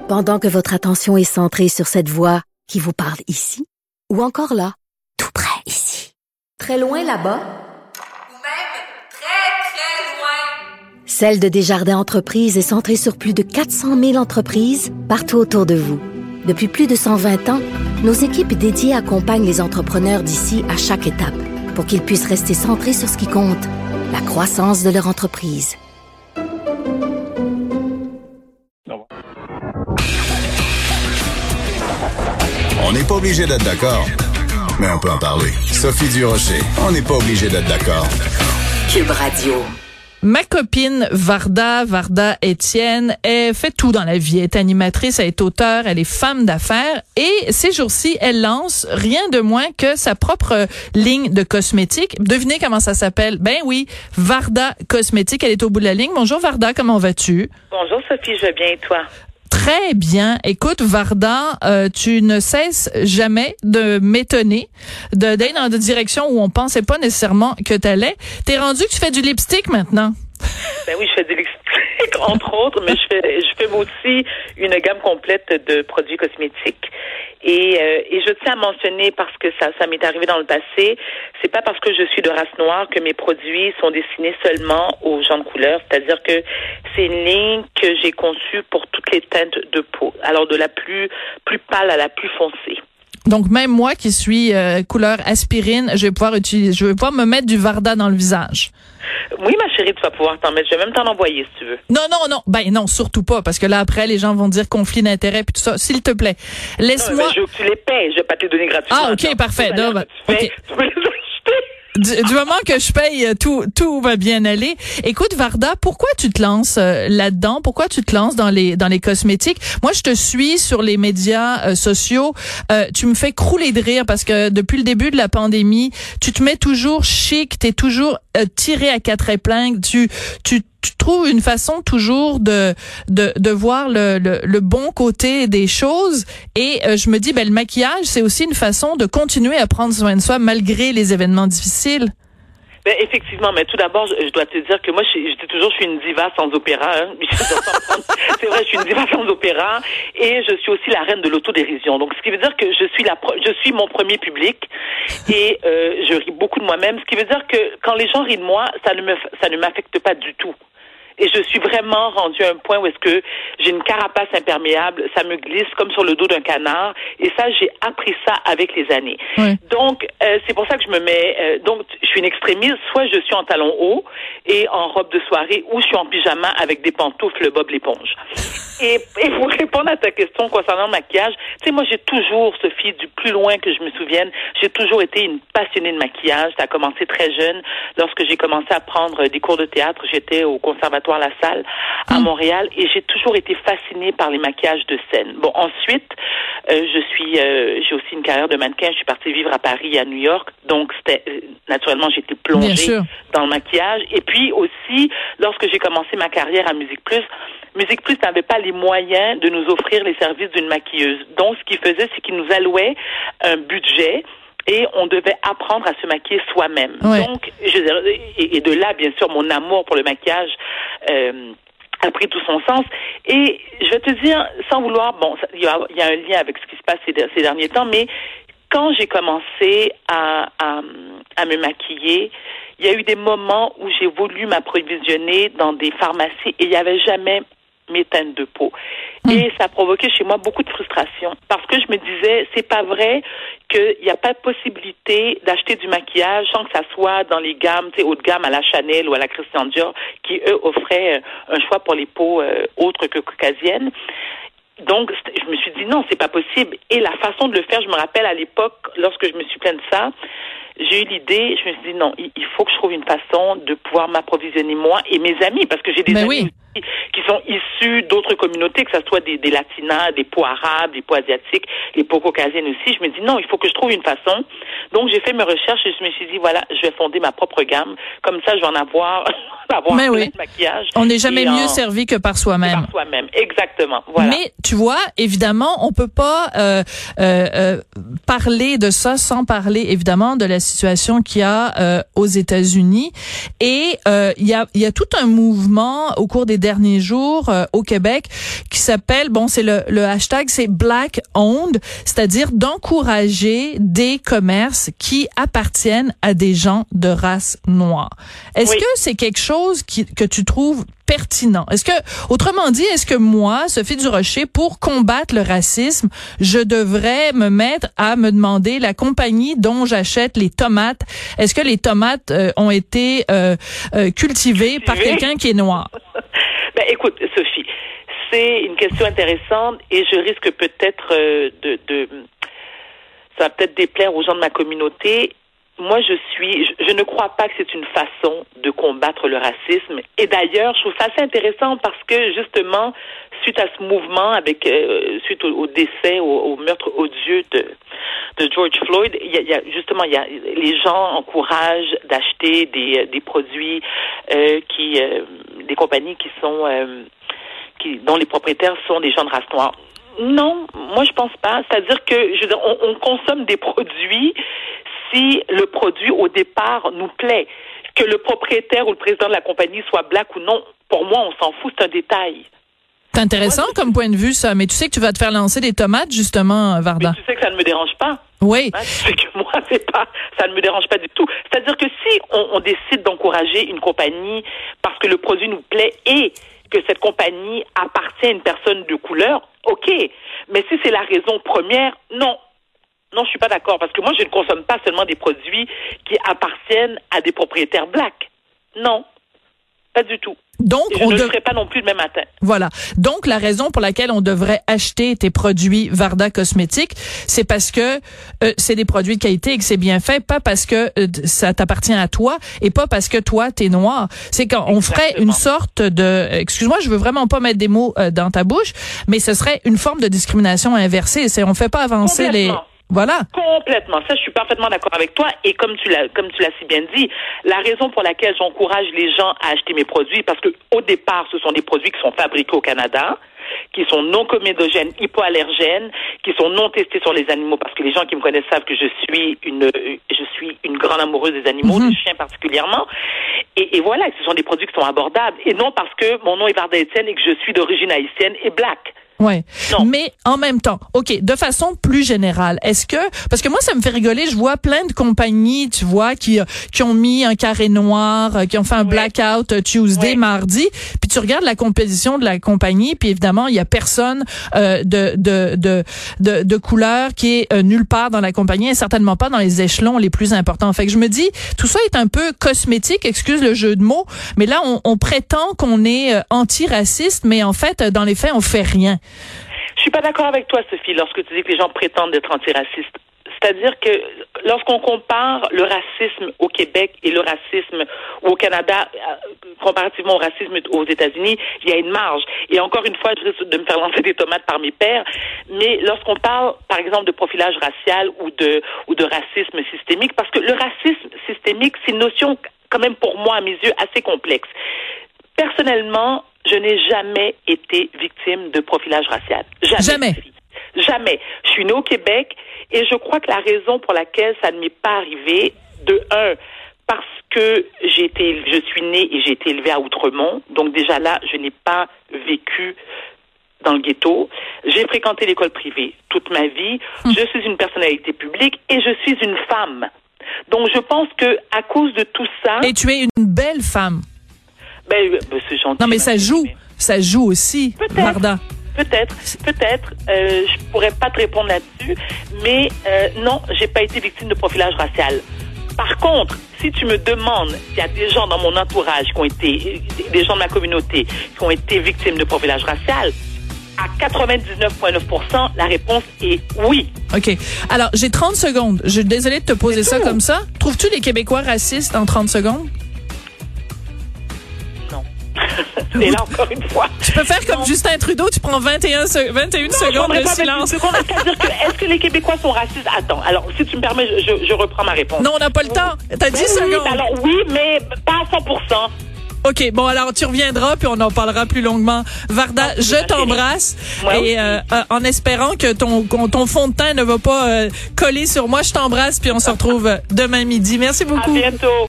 Pendant que votre attention est centrée sur cette voix qui vous parle ici, ou encore là, tout près ici, très loin là-bas, ou même très, très loin. Celle de Desjardins Entreprises est centrée sur plus de 400 000 entreprises partout autour de vous. Depuis plus de 120 ans, nos équipes dédiées accompagnent les entrepreneurs d'ici à chaque étape pour qu'ils puissent rester centrés sur ce qui compte, la croissance de leur entreprise. On n'est pas obligé d'être d'accord, mais on peut en parler. Sophie Durocher, on n'est pas obligé d'être d'accord. Cube Radio. Ma copine Varda Étienne, elle fait tout dans la vie. Elle est animatrice, elle est auteure, elle est femme d'affaires et ces jours-ci, elle lance rien de moins que sa propre ligne de cosmétiques. Devinez comment ça s'appelle? Ben oui, Varda Cosmétiques. Elle est au bout de la ligne. Bonjour Varda, comment vas-tu? Bonjour Sophie, je vais bien et toi? Très bien. Écoute, Varda, tu ne cesses jamais de m'étonner, d'aller dans des directions où on pensait pas nécessairement que t'allais. T'es rendu que tu fais du lipstick maintenant? Ben oui, je fais du lipstick, entre autres, mais je fais aussi une gamme complète de produits cosmétiques. Et je tiens à mentionner, parce que ça m'est arrivé dans le passé, c'est pas parce que je suis de race noire que mes produits sont destinés seulement aux gens de couleur, c'est-à-dire que c'est une ligne que j'ai conçue pour toutes les teintes de peau, alors de la plus pâle à la plus foncée. Donc même moi qui suis couleur aspirine, je vais pouvoir me mettre du Varda dans le visage. Oui, ma chérie, tu vas pouvoir t'en mettre. Je vais même t'en envoyer, si tu veux. Non. Ben non, surtout pas, parce que là, après, les gens vont dire conflit d'intérêt puis tout ça. S'il te plaît, laisse-moi... Non, je veux que tu les payes. Je vais pas te les donner gratuitement. Ah, OK, parfait. Tu peux les acheter. Du moment que je paye, tout va bien aller. Écoute, Varda, pourquoi tu te lances là-dedans? Pourquoi tu te lances dans les cosmétiques? Moi, je te suis sur les médias sociaux. Tu me fais crouler de rire parce que depuis le début de la pandémie, tu te mets toujours chic, t'es toujours tiré à quatre épingles. Tu trouves une façon toujours de voir le bon côté des choses et je me dis le maquillage c'est aussi une façon de continuer à prendre soin de soi malgré les événements difficiles. Ben effectivement, mais tout d'abord, je dois te dire que moi, je dis toujours, je suis une diva sans opéra. Hein. C'est vrai, je suis une diva sans opéra, et je suis aussi la reine de l'autodérision. Donc, ce qui veut dire que je suis mon premier public, et je ris beaucoup de moi-même. Ce qui veut dire que quand les gens rient de moi, ça ne m'affecte pas du tout. Et je suis vraiment rendue à un point où est-ce que j'ai une carapace imperméable, ça me glisse comme sur le dos d'un canard, et ça, j'ai appris ça avec les années. Oui. Donc, c'est pour ça que je me mets... donc, je suis une extrémiste, soit je suis en talons hauts et en robe de soirée, ou je suis en pyjama avec des pantoufles Bob l'éponge. Et pour répondre à ta question concernant le maquillage, tu sais, moi, j'ai toujours, Sophie, du plus loin que je me souvienne, j'ai toujours été une passionnée de maquillage. Ça a commencé très jeune. Lorsque j'ai commencé à prendre des cours de théâtre, j'étais au Conservatoire La Salle à Montréal, et j'ai toujours été fascinée par les maquillages de scène. Bon, ensuite, j'ai aussi une carrière de mannequin. Je suis partie vivre à Paris et à New York. Donc, naturellement, j'étais plongée dans le maquillage. Et puis aussi, lorsque j'ai commencé ma carrière à Musique Plus n'avait pas les moyens de nous offrir les services d'une maquilleuse. Donc, ce qu'ils faisaient, c'est qu'ils nous allouaient un budget et on devait apprendre à se maquiller soi-même. Ouais. Donc, et de là, bien sûr, mon amour pour le maquillage a pris tout son sens. Et je vais te dire, sans vouloir, il y a un lien avec ce qui se passe ces derniers temps, mais quand j'ai commencé à me maquiller, il y a eu des moments où j'ai voulu m'approvisionner dans des pharmacies et il n'y avait jamais mes teintes de peau. Et ça a provoqué chez moi beaucoup de frustration parce que je me disais, c'est pas vrai qu'il n'y a pas de possibilité d'acheter du maquillage sans que ça soit dans les gammes, tu sais, haut de gamme à la Chanel ou à la Christian Dior qui, eux, offraient un choix pour les peaux autres que caucasiennes. Donc, je me suis dit non, c'est pas possible. Et la façon de le faire, je me rappelle à l'époque, lorsque je me suis plainte de ça, j'ai eu l'idée, je me suis dit non, il faut que je trouve une façon de pouvoir m'approvisionner moi et mes amis, parce que j'ai des amis aussi qui sont issus d'autres communautés, que ce soit des latinas, des peaux arabes, des peaux asiatiques, les peaux caucasiennes aussi. Je me dis non, il faut que je trouve une façon. Donc, j'ai fait mes recherches et je me suis dit voilà, je vais fonder ma propre gamme. Comme ça, je vais en avoir plein de maquillage. On n'est jamais mieux servi que par soi-même. Par soi-même, exactement. Voilà. Mais tu vois, évidemment, on peut pas parler de ça sans parler évidemment de la situation qu'il y a aux États-Unis. Et il y a tout un mouvement au cours des derniers jours au Québec qui s'appelle, c'est le hashtag, c'est Black Owned, c'est-à-dire d'encourager des commerces qui appartiennent à des gens de race noire. Est-ce que c'est quelque chose que tu trouves pertinent? Autrement dit, est-ce que moi, Sophie Durocher, pour combattre le racisme, je devrais me mettre à me demander la compagnie dont j'achète les tomates, est-ce que les tomates ont été cultivées par quelqu'un qui est noir? Écoute, Sophie, c'est une question intéressante et je risque peut-être ça va peut-être déplaire aux gens de ma communauté. Moi, je ne crois pas que c'est une façon de combattre le racisme. Et d'ailleurs, je trouve ça assez intéressant parce que, justement, suite à ce mouvement, suite au décès, au meurtre odieux de George Floyd, les gens encouragent d'acheter des produits des compagnies dont les propriétaires sont des gens de race noire. Non, moi je pense pas. C'est-à-dire que on consomme des produits si le produit au départ nous plaît. Que le propriétaire ou le président de la compagnie soit black ou non, pour moi on s'en fout, c'est un détail. C'est intéressant comme point de vue ça, mais tu sais que tu vas te faire lancer des tomates justement, Varda. Mais tu sais que ça ne me dérange pas. Oui. Tu sais que moi ça ne me dérange pas du tout. C'est-à-dire que si on décide d'encourager une compagnie parce que le produit nous plaît et que cette compagnie appartient à une personne de couleur, OK. Mais si c'est la raison première, non. Non, je suis pas d'accord. Parce que moi, je ne consomme pas seulement des produits qui appartiennent à des propriétaires blacks. Non. Pas du tout. Donc, on ne le ferait pas non plus demain matin. Voilà. Donc, la raison pour laquelle on devrait acheter tes produits Varda Cosmétiques, c'est parce que c'est des produits de qualité et que c'est bien fait, pas parce que ça t'appartient à toi et pas parce que toi, t'es noir. C'est quand on ferait une sorte de... excuse-moi, je veux vraiment pas mettre des mots dans ta bouche, mais ce serait une forme de discrimination inversée. On fait pas avancer les... Voilà. Complètement. Ça, je suis parfaitement d'accord avec toi. Et comme tu l'as si bien dit, la raison pour laquelle j'encourage les gens à acheter mes produits, parce que au départ, ce sont des produits qui sont fabriqués au Canada, qui sont non comédogènes, hypoallergènes, qui sont non testés sur les animaux, parce que les gens qui me connaissent savent que je suis une grande amoureuse des animaux, des chiens particulièrement. Et voilà, ce sont des produits qui sont abordables. Et non parce que mon nom est Varda Étienne et que je suis d'origine haïtienne et black. Ouais. Non. Mais en même temps, OK, de façon plus générale, parce que moi ça me fait rigoler, je vois plein de compagnies, tu vois, qui ont mis un carré noir, qui ont fait un blackout Tuesday, mardi, puis tu regardes la composition de la compagnie, puis évidemment, il y a personne de couleur qui est nulle part dans la compagnie et certainement pas dans les échelons les plus importants. Fait que je me dis, tout ça est un peu cosmétique, excuse le jeu de mots, mais là on prétend qu'on est anti-raciste, mais en fait dans les faits on fait rien. Je suis pas d'accord avec toi, Sophie, lorsque tu dis que les gens prétendent être antiracistes. C'est-à-dire que lorsqu'on compare le racisme au Québec et le racisme au Canada, comparativement au racisme aux États-Unis, il y a une marge. Et encore une fois, je risque de me faire lancer des tomates par mes pairs, mais lorsqu'on parle, par exemple, de profilage racial ou de racisme systémique, parce que le racisme systémique, c'est une notion, quand même pour moi, à mes yeux, assez complexe. Personnellement, je n'ai jamais été victime de profilage racial. Jamais. Jamais. Je suis née au Québec et je crois que la raison pour laquelle ça ne m'est pas arrivé, de un, parce que je suis née et j'ai été élevée à Outremont. Donc déjà là, je n'ai pas vécu dans le ghetto. J'ai fréquenté l'école privée toute ma vie. Je suis une personnalité publique et je suis une femme. Donc je pense que à cause de tout ça... Et tu es une belle femme. C'est gentil. Non, mais ça joue aussi, Varda. Peut-être. Je pourrais pas te répondre là-dessus, mais non, j'ai pas été victime de profilage racial. Par contre, si tu me demandes s'il y a des gens dans mon entourage des gens de ma communauté qui ont été victimes de profilage racial, à 99,9%, la réponse est oui. OK. Alors, j'ai 30 secondes. Je suis désolée de te poser ça comme ça. Trouves-tu les Québécois racistes en 30 secondes? Et là, encore une fois. Tu peux faire comme Justin Trudeau, tu prends 21 secondes de silence. C'est-à-dire que, est-ce que les Québécois sont racistes? Attends, alors, si tu me permets, je reprends ma réponse. Non, on n'a pas le temps. T'as 10 secondes. Alors, oui, mais pas à 100%. OK, bon, alors tu reviendras puis on en parlera plus longuement. Varda, je t'embrasse et en espérant que ton fond de teint ne va pas coller sur moi, je t'embrasse puis on se retrouve demain midi. Merci beaucoup. À bientôt.